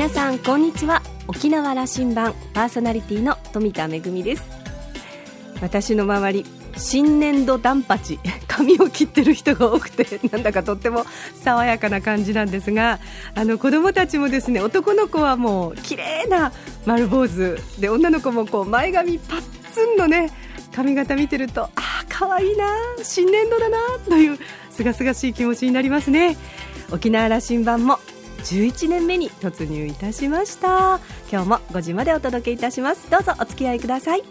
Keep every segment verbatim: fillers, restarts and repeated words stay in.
皆さんこんにちは。沖縄羅針盤パーソナリティの富田恵です。私の周り新年度ダンパチ髪を切ってる人が多くて、なんだかとっても爽やかな感じなんですが、あの子供たちもですね、男の子はもう綺麗な丸坊主で、女の子もこう前髪パッツンのね髪型見てると、ああ可愛いな、新年度だなというすがすがしい気持ちになりますね。沖縄羅針盤もじゅういちねんめに突入いたしました。今日もごじまでお届けいたします。どうぞお付き合いください。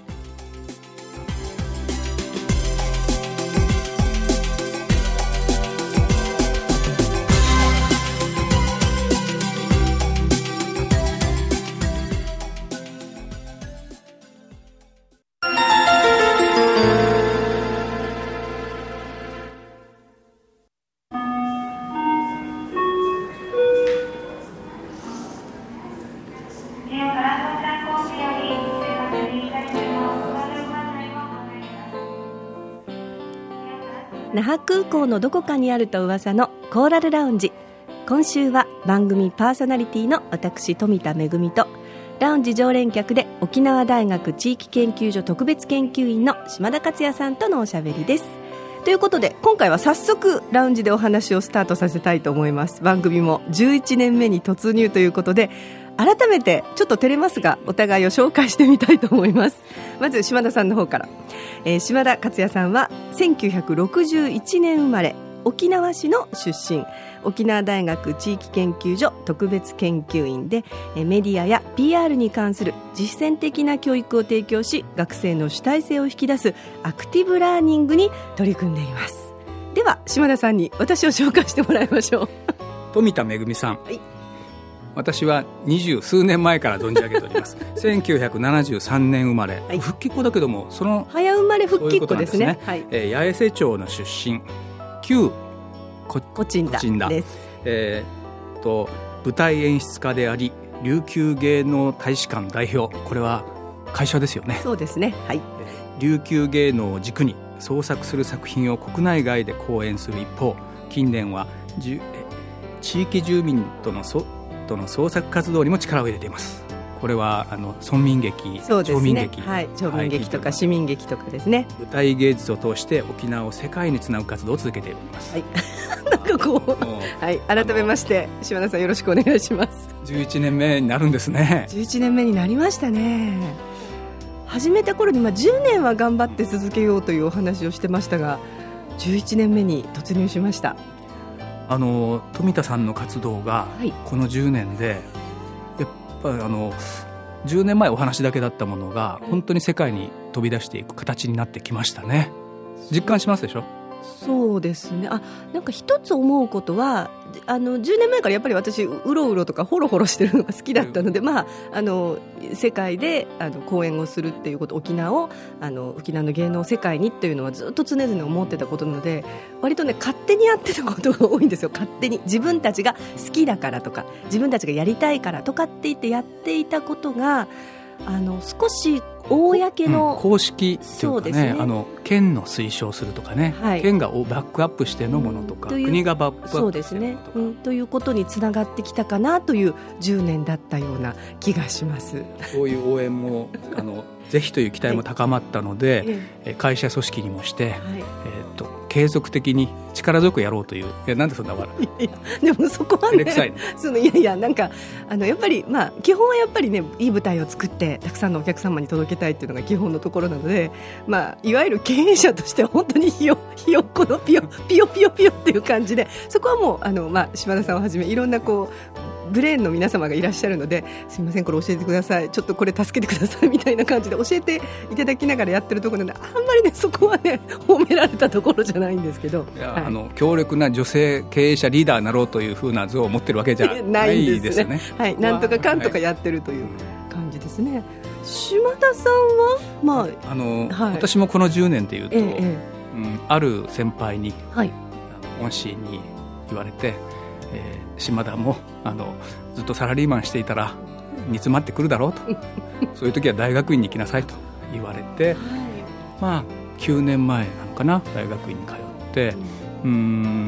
那覇空港のどこかにあると噂のコーラルラウンジ。今週は番組パーソナリティの私富田恵とラウンジ常連客で沖縄大学地域研究所特別研究員の島田克也さんとのおしゃべりです。ということで今回は早速ラウンジでお話をスタートさせたいと思います。番組もじゅういちねんめに突入ということで、改めてちょっと照れますがお互いを紹介してみたいと思います。まず島田さんの方から、えー、島田克也さんはせんきゅうひゃくろくじゅういちねん生まれ、沖縄市の出身、沖縄大学地域研究所特別研究員で、えー、メディアや ピーアール に関する実践的な教育を提供し、学生の主体性を引き出すアクティブラーニングに取り組んでいます。では島田さんに私を紹介してもらいましょう。 富田恵さん、はい、私は二十数年前から存じ上げておりますせんきゅうひゃくななじゅうさんねん生まれ、はい、復帰っ子だけどもその早生まれ復帰っ子ですね。 ですね、はい、えー、八重瀬町の出身、旧コチンダです。 えー、と舞台演出家であり琉球芸能大使館代表、これは会社ですよね。 そうですね、はい、 琉球芸能を軸に創作する作品を国内外で公演する一方、近年はじゅ地域住民とのそとの創作活動にも力を入れています。これはあの村民劇、 そうですね、 町民劇、 はい、町民劇とか市民劇とかですね。 舞台芸術を通して沖縄を世界につなぐ活動を続けております。 はい、なんかこう、はい、改めまして島田さんよろしくお願いします。 じゅういちねんめになるんですね。 じゅういちねんめになりましたね。始めた頃に、まあ、じゅうねんは頑張って続けようというお話をしてましたが、じゅういちねんめに突入しました。 あの富田さんの活動がこのじゅうねんで、やっぱりあのじゅうねんまえお話だけだったものが本当に世界に飛び出していく形になってきましたね。実感しますでしょ。 そうですね。あ、なんか一つ思うことは、あのじゅうねんまえからやっぱり私うろうろとかホロホロしてるのが好きだったので、まあ、あの世界であの講演をするっていうこと、沖縄をあの沖縄の芸能世界にっていうのはずっと常々思ってたことなので、割とね勝手にやってたことが多いんですよ。勝手に自分たちが好きだからとか自分たちがやりたいからとかって言ってやっていたことが、あの少し公の、 うん、公式っていうか ね, ねあの県の推奨するとかね、はい、県がバックアップしてのものとか、うん、国がバックアップしてのものとか、そうですね、うん、 ということにつながってきたかなというじゅうねんだったような気がします。 そういう応援もあのぜひという期待も高まったので、はい、会社組織にもして、はい、えー、と継続的に力強くやろうという。いや、なんでそんな笑う。 いやでもそこはね、ねそのいやいやなんかあのやっぱり、まあ、基本はやっぱりね、いい舞台を作ってたくさんのお客様に届けたいっていうのが基本のところなので、まあ、いわゆる経営者としては本当にひよひよっこのピヨピヨピヨピヨっていう感じで、そこはもうあの、まあ、島田さんをはじめいろんなこうブレーンの皆様がいらっしゃるので、すみませんこれ教えてください、ちょっとこれ助けてくださいみたいな感じで教えていただきながらやってるところなので、あんまりねそこはね褒められたところじゃないんですけど、 いや、 はい、 あの強力な女性経営者リーダーになろうというふうな図を持ってるわけじゃないですよね。 はい、なんとかかんとかやってるという感じですね。はい、島田さんは、まああのはい、私もこのじゅうねんでいうと、ええうん、ある先輩に、はい、あの恩師に言われて、えー島田もあのずっとサラリーマンしていたら煮詰まってくるだろうとそういう時は大学院に行きなさいと言われて、はい、まあきゅうねんまえなのかな、大学院に通って、うん、うーん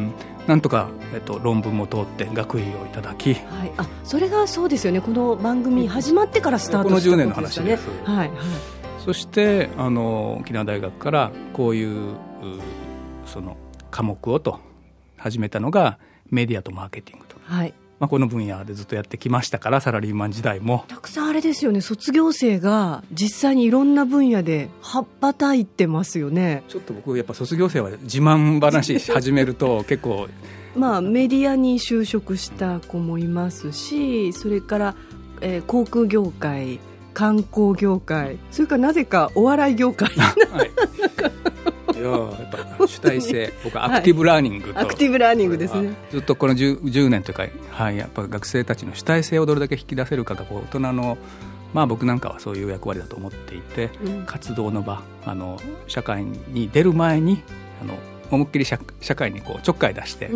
なんとか、えっと、論文も通って学位をいただき、 はい、あそれがそうですよね、この番組始まってからスタートしたことですよね。 このじゅうねんの話です、 はいはい、 そしてあの沖縄大学からこういうその科目をと始めたのがメディアとマーケティングと、はいまあ、この分野でずっとやってきましたから、サラリーマン時代もたくさんあれですよね、卒業生が実際にいろんな分野で羽ばたいてますよね。 ちょっと僕やっぱ卒業生は自慢話し始めると結構まあメディアに就職した子もいますし、それから、えー、航空業界、観光業界、それからなぜかお笑い業界はいいややっぱ主体性僕はアクティブラーニングと、 はい、アクティブラーニングですね。 ずっとこの 10, じゅうねんというか、はい、やっぱ学生たちの主体性をどれだけ引き出せるかがこう大人の、まあ、僕なんかはそういう役割だと思っていて、うん、活動の場、あの社会に出る前にあの思いっきり 社, 社会にこうちょっかい出して、うん、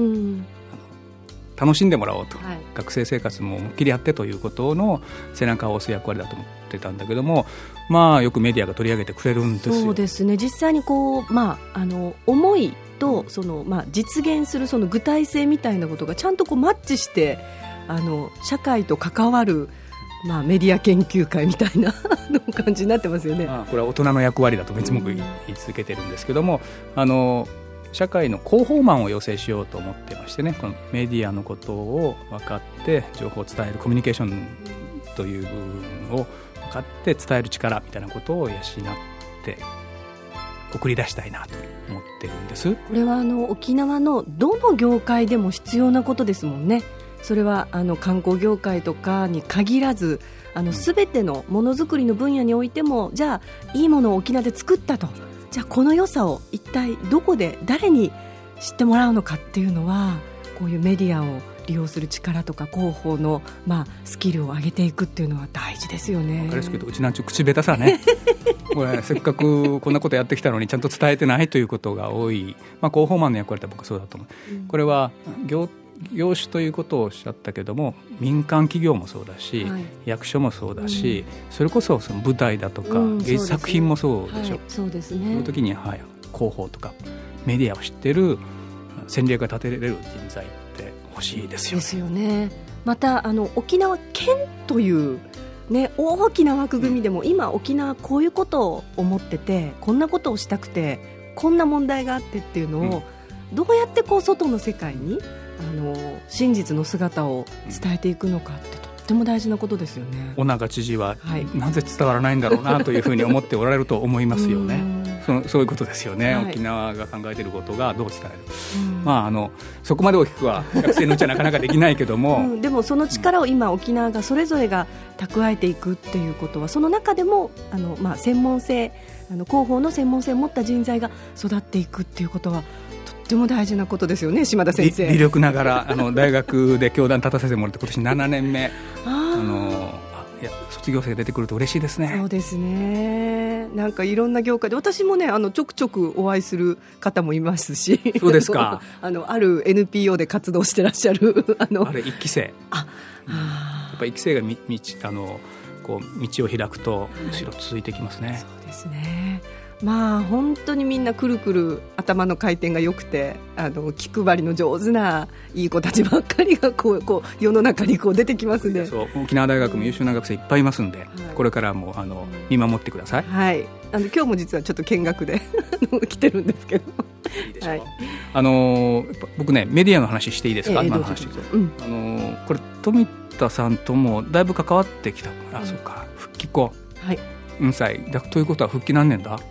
あの楽しんでもらおうと、はい、学生生活も思いっきりやってということの背中を押す役割だと思ってたんだけども、まあ、よくメディアが取り上げてくれるんですよ。 そうですね、実際にこう、まあ、あの思いとその、まあ、実現するその具体性みたいなことがちゃんとこうマッチしてあの社会と関わる、まあ、メディア研究会みたいな感じになってますよね。 まあ、これは大人の役割だといつも言い続けてるんですけども、あの社会の広報マンを養成しようと思ってましてね、このメディアのことを分かって情報を伝えるコミュニケーションという部分を分かって伝える力みたいなことを養って送り出したいなと思ってるんです。 これはあの沖縄のどの業界でも必要なことですもんね。それはあの観光業界とかに限らず、あの全てのものづくりの分野においても、じゃあいいものを沖縄で作ったと、じゃあこの良さを一体どこで誰に知ってもらうのかっていうのは、こういうメディアを利用する力とか広報の、まあ、スキルを上げていくっていうのは大事ですよね。 分かりやすく言うとうちなんちゅう口下手さねこれせっかくこんなことやってきたのにちゃんと伝えてないということが多い、まあ、広報マンの役割って僕はそうだと思う、うん、これは 業, 業種ということをおっしゃったけども、民間企業もそうだし、はい、役所もそうだし、うん、それこそその舞台だとか、うん、芸術作品もそうでしょ、はい、 そうですね。 その時に、はい、広報とかメディアを知ってる戦略が立てれる人材って欲しいですよね。 ですよね。またあの沖縄県という、ね、大きな枠組みでも、うん、今沖縄こういうことを思ってて、こんなことをしたくて、こんな問題があってっていうのを、うん、どうやってこう外の世界にあの真実の姿を伝えていくのかって、とっても大事なことですよね。 尾長知事は、はい、なぜ伝わらないんだろうなというふうに思っておられると思いますよねそのそういうことですよね、はい、沖縄が考えていることがどう伝える、まあ、あのそこまで大きくは学生のうちはなかなかできないけども、うん、 でもその力を今沖縄がそれぞれが蓄えていくっていうことは、その中でもあの、まあ、専門性、あの広報の専門性を持った人材が育っていくっていうことはとっても大事なことですよね。島田先生、 微力ながらあの大学で教壇立たせてもらって今年ななねんめあのいや卒業生が出てくると嬉しいですね。 そうですね。なんかいろんな業界で私もね、あのちょくちょくお会いする方もいますし。 そうですかあのある エヌピーオー で活動してらっしゃるあのあれ一期生、あ、うん、やっぱ一期生がみみあのこう道を開くと後ろ続いてきますね、はい、 そうですね。まあ本当にみんなくるくる頭の回転が良くて、あの気配りの上手ないい子たちばっかりがこうこう世の中にこう出てきますね。 そう、沖縄大学も優秀な学生いっぱいいますんで、はい、これからもあの見守ってください。 はい、あの今日も実はちょっと見学で来てるんですけどいいでしょう、はい、あの僕ねメディアの話していいですか、えー、今の話、うん、あのこれ富田さんともだいぶ関わってきた、あ、うん、そうか、復帰後、はい、うんさいだということは復帰何年だ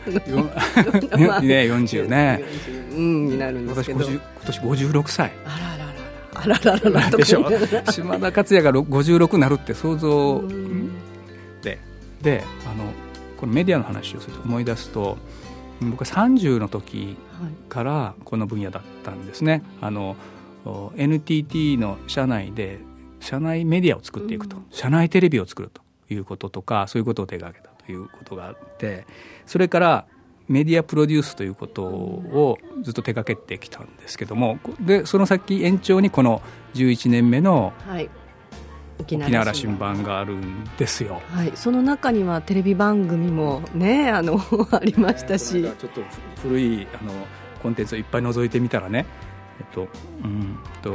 ね、よんじゅうね、 うんになるんですけど、 私今年ごじゅうろくさい、 あらららあららららでしょ島田克也がごじゅうろくになるって想像で、であのこのメディアの話をすると思い出すと、僕はさんじゅうの時からこの分野だったんですね。あの エヌティーティー の社内で社内メディアを作っていくと、うん、社内テレビを作るということとか、そういうことを手がけたということがあって、それからメディアプロデュースということをずっと手掛けてきたんですけども、でその先延長にこのじゅういちねんめの沖縄羅針盤があるんですよ、 はい、その中にはテレビ番組も、ね、あのありましたし、 ちょっと古いあのコンテンツをいっぱい覗いてみたらね、 えっとうんと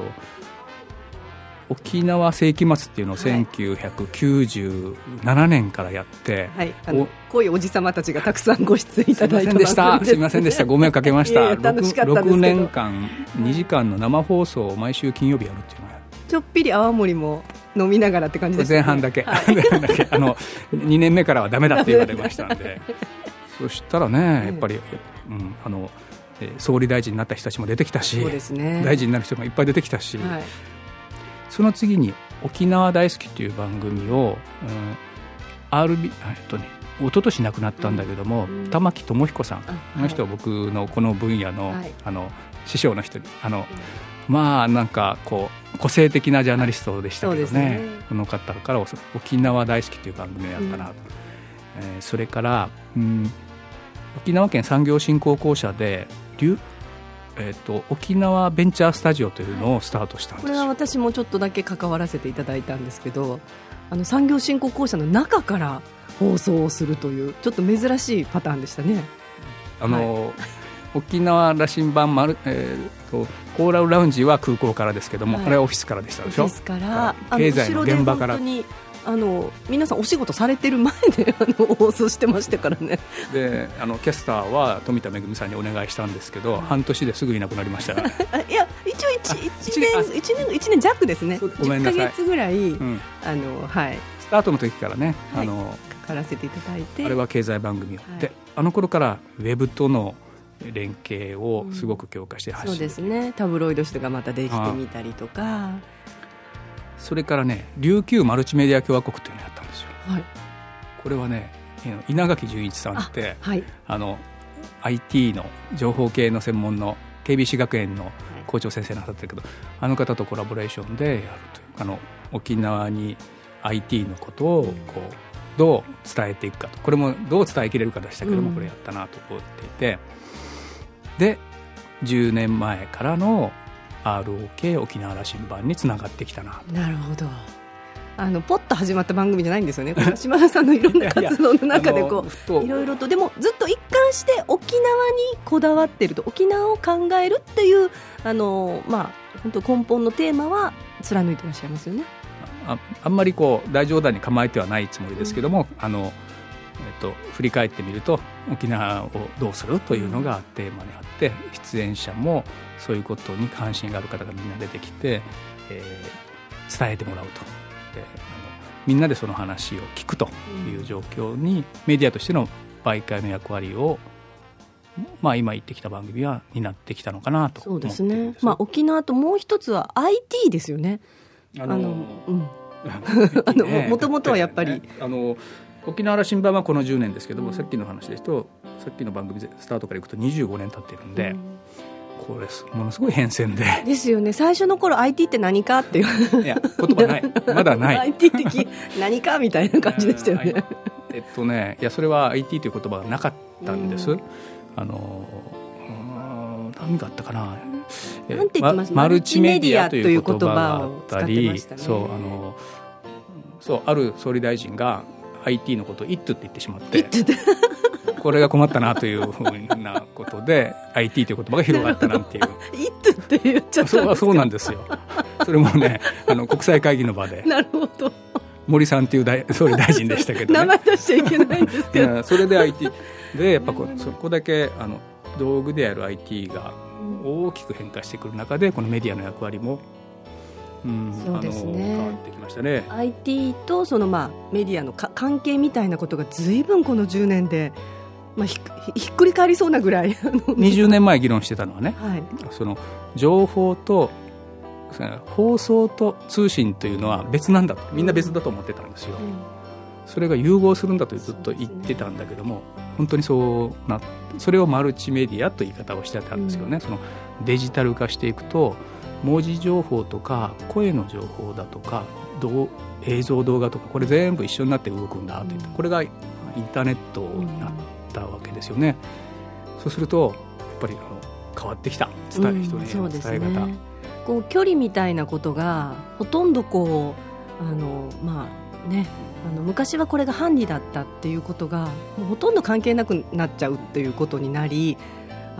沖縄世紀末っていうのをせんきゅうひゃくきゅうじゅうななねんからやって、 はい、あの濃いおじさまたちがたくさんご出演いただいてます。 すみませんでした、ご迷惑かけました。 いやいや楽しかったですけど、 ろくねんかんにじかんの生放送を毎週金曜日やるっていうのをやって、 ちょっぴり泡盛も飲みながらって感じですね。 前半だけ、はい、前半だけあのにねんめからはダメだって言われましたんでそしたらね、やっぱり、うん、あの総理大臣になった人たちも出てきたし、 そうですね、 大臣になる人もいっぱい出てきたし、はい、その次に沖縄大好きという番組を、うん、アールビー、えっとね、一昨年亡くなったんだけども、うん、玉木智彦さん、あの人は僕のこの分野の、はい、あの師匠の人に、あの、うん、まあなんかこう個性的なジャーナリストでしたけど ね, ねこの方から沖縄大好きという番組をやったなと、うんえー、それから、うん、沖縄県産業振興公社でえー、と沖縄ベンチャースタジオというのをスタートしたんですよ。 これは私もちょっとだけ関わらせていただいたんですけど、あの産業振興公社の中から放送をするというちょっと珍しいパターンでしたね。 あの、はい、沖縄羅針盤丸、えー、とコーラルラウンジは空港からですけども、はい、あれはオフィスからでしたでしょ。 オフィスから経済の現場から、 あの皆さんお仕事されてる前であの放送してましたからね。 であのキャスターは富田恵さんにお願いしたんですけど、半年ですぐいなくなりましたからねいや一応 1, 年一年一年弱ですね。 ごめんなさい、 じゅっかげつぐらい、うん、あのはい、スタートの時からね、 はい、 あのかからせていただいて、 あれは経済番組を、はい、であの頃からウェブとの連携をすごく強化して発信、 うん、そうですね、タブロイド紙がまたできてみたりとか、 それからね琉球マルチメディア共和国というのをやったんですよ、はい、これはね稲垣淳一さんって、あ、はい、あの アイティー の情報系の専門の ケービーシー 学園の校長先生なさってるけど、はい、あの方とコラボレーションでやるという、あの沖縄に アイティー のことをこうどう伝えていくかと、これもどう伝えきれるかでしたけども、うん、これやったなと思っていて、でじゅうねんまえからの アールオーケー 沖縄羅針盤につながってきたな。 なるほど、あのポッと始まった番組じゃないんですよね。島田さんのいろんな活動の中でこういろいろと、でもずっと一貫して沖縄にこだわっていると、沖縄を考えるっていう、あの、まあ、本当根本のテーマは貫いていらっしゃいますよね。 あ, あんまりこう大冗談に構えてはないつもりですけども、うん、あのえっと、振り返ってみると沖縄をどうするというのがテーマにあって、出演者もそういうことに関心がある方がみんな出てきて、えー、伝えてもらうと、であのみんなでその話を聞くという状況に、うん、メディアとしての媒介の役割を、まあ、今言ってきた番組は担ってきたのかなと思っているんです。 そうですね、まあ、沖縄ともう一つは アイティー ですよね。あの、あの、うん、あのもともとはやっぱり、 あの沖縄羅針盤はこのじゅうねんですけども、うん、さっきの話ですと、さっきの番組スタートからいくとにじゅうごねん経ってるんで、うん、これものすごい変遷でですよね。最初の頃 アイティー って何かっていう、 いや言葉ないまだないアイティー 的何かみたいな感じでしたよねえっとねいやそれは アイティー という言葉がなかったんです、うん、あの何があったかな、 なんて言ってます、 マルチメディアという言葉があったり、そうあのそうある総理大臣がアイティー のことを イット って言ってしまってこれが困ったなというふうなことで アイティー という言葉が広がったなんていうイット って言っちゃったんですか。 そう、そうなんですよ。それもねあの国際会議の場でなるほど、 森さんという大総理大臣でしたけど、ね、 名前出しちゃいけないんですけどそれで アイティー でやっぱこそこだけあの道具である アイティー が大きく変化してくる中で、このメディアの役割もうん、 そうですね、 変わってきましたね。 アイティー とその、まあ、メディアのか関係みたいなことが随分このじゅうねんで、まあ、ひ, ひっくり返りそうなぐらいにじゅうねんまえ議論してたのはね、 はい、 その情報と放送と通信というのは別なんだと、みんな別だと思ってたんですよ、うん、それが融合するんだとずっと言ってたんだけども、ね、本当にそうな、それをマルチメディアという言い方をしてたんですよね、うん、そのデジタル化していくと文字情報とか声の情報だとか映像動画とか、これ全部一緒になって動くんだといった、うん、これがインターネットになったわけですよね、うん、そうするとやっぱりあの変わってきた伝え、うん、人への伝え方、ね、 こう距離みたいなことがほとんどこうあの、まあね、あの昔はこれがハンディだったっていうことがもうほとんど関係なくなっちゃうっていうことになり、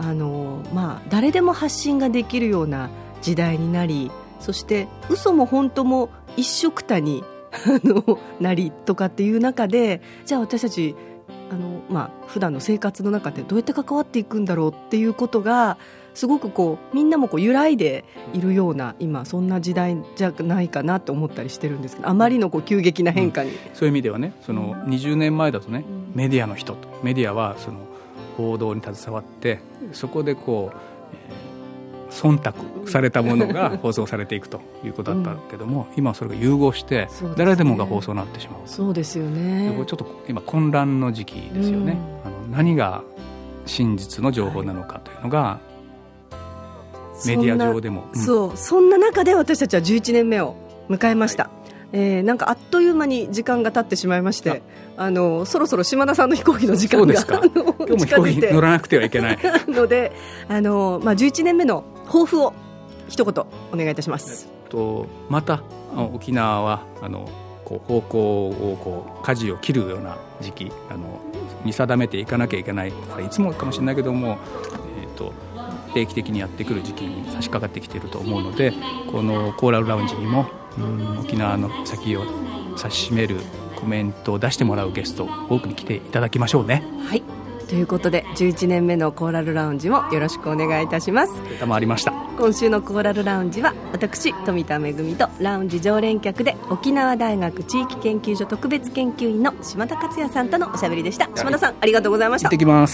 あの、まあ、誰でも発信ができるような時代になり、そして嘘も本当も一緒くたにあのなりとかっていう中で、じゃあ私たちあの、まあ、普段の生活の中でどうやって関わっていくんだろうっていうことがすごくこうみんなもこう揺らいでいるような今そんな時代じゃないかなと思ったりしてるんですけど、あまりのこう急激な変化に、うん、 そういう意味ではね、そのにじゅうねんまえだとね、うん、メディアの人とメディアはその報道に携わってそこでこう、えー、忖度されたものが放送されていくということだったけども、うん、今はそれが融合して誰でもが放送になってしまう。 そうですよね。 ちょっと今混乱の時期ですよね、うん、あの何が真実の情報なのかというのが、はい、メディア上でも、 うん、そうそんな中で私たちはじゅういちねんめを迎えました、はい。えー、なんかあっという間に時間が経ってしまいまして、あのそろそろ島田さんの飛行機の時間が今日も飛行機乗らなくてはいけないので、あの、まあ、じゅういちねんめの抱負を一言お願いいたします。 えっと、また沖縄はあのこう方向をこう舵を切るような時期、あの見定めていかなきゃいけない、これいつもかもしれないけども、えっと定期的にやってくる時期に差し掛かってきていると思うので、このコーラルラウンジにもうん沖縄の先を指し締めるコメントを出してもらうゲスト多くに来ていただきましょうね。 はい、ということでじゅういちねんめのコーラルラウンジもよろしくお願いいたします。 賜りました。 今週のコーラルラウンジは私富田恵とラウンジ常連客で沖縄大学地域研究所特別研究員の島田克也さんとのおしゃべりでした。島田さんありがとうございました。 行ってきます。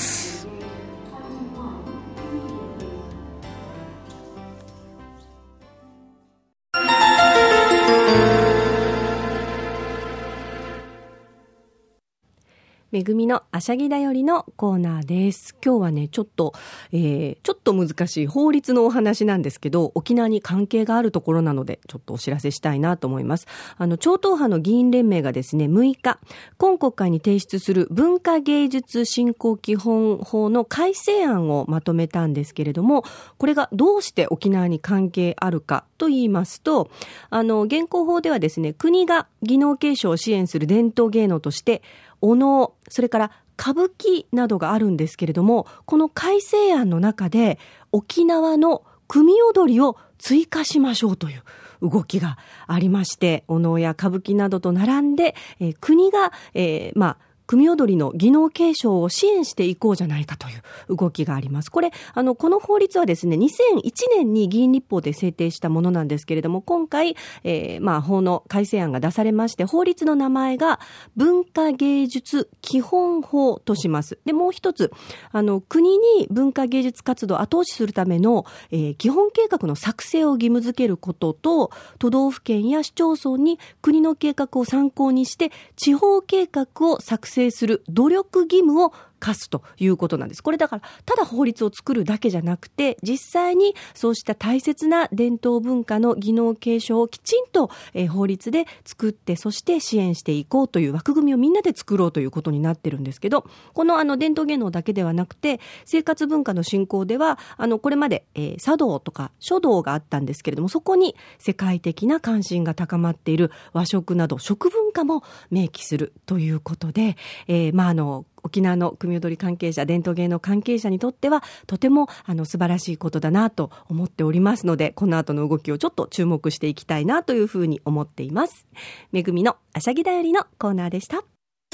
めぐみのあしゃぎだよりのコーナーです。今日はねちょっと、えー、ちょっと難しい法律のお話なんですけど、沖縄に関係があるところなのでちょっとお知らせしたいなと思います。あの超党派の議員連盟がですねむいか今国会に提出する文化芸術振興基本法の改正案をまとめたんですけれども、これがどうして沖縄に関係あるかと言いますと、あの現行法ではですね国が技能継承を支援する伝統芸能としてお能、それから歌舞伎などがあるんですけれども、この改正案の中で沖縄の組踊りを追加しましょうという動きがありまして、お能や歌舞伎などと並んで、えー、国が、えー、まあ組踊りの技能継承を支援していこうじゃないかという動きがあります。これ、あの、この法律はですね、にせんいちねんに議員立法で制定したものなんですけれども、今回、えー、まあ、法の改正案が出されまして、法律の名前が文化芸術基本法とします。で、もう一つ、あの、国に文化芸術活動を後押しするための、えー、基本計画の作成を義務付けることと、都道府県や市町村に国の計画を参考にして、地方計画を作成する努力義務を課すということなんです。これだからただ法律を作るだけじゃなくて、実際にそうした大切な伝統文化の技能継承をきちんと、えー、法律で作って、そして支援していこうという枠組みをみんなで作ろうということになってるんですけど、このあの伝統芸能だけではなくて、生活文化の振興ではあのこれまで、えー、茶道とか書道があったんですけれども、そこに世界的な関心が高まっている和食など食文化も明記するということで、えー、まああの沖縄の組踊り関係者、伝統芸能関係者にとってはとてもあの素晴らしいことだなと思っておりますので、この後の動きをちょっと注目していきたいなというふうに思っています。めぐみのあしゃぎだよりのコーナーでした。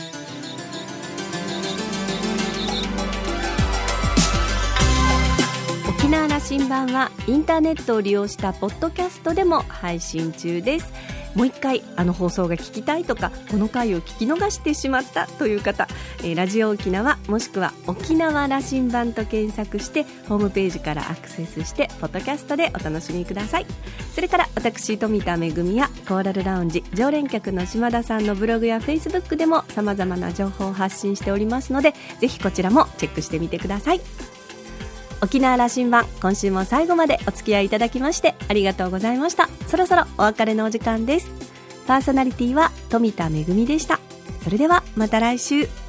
沖縄羅針盤はインターネットを利用したポッドキャストでも配信中です。もう一回あの放送が聞きたいとか、この回を聞き逃してしまったという方、えー、ラジオ沖縄もしくは沖縄羅針盤と検索してホームページからアクセスしてポッドキャストでお楽しみください。それから私富田恵やコーラルラウンジ常連客の島田さんのブログやフェイスブックでも様々な情報を発信しておりますので、ぜひこちらもチェックしてみてください。沖縄羅針盤、今週も最後までお付き合いいただきましてありがとうございました。そろそろお別れのお時間です。パーソナリティは富田恵でした。それではまた来週。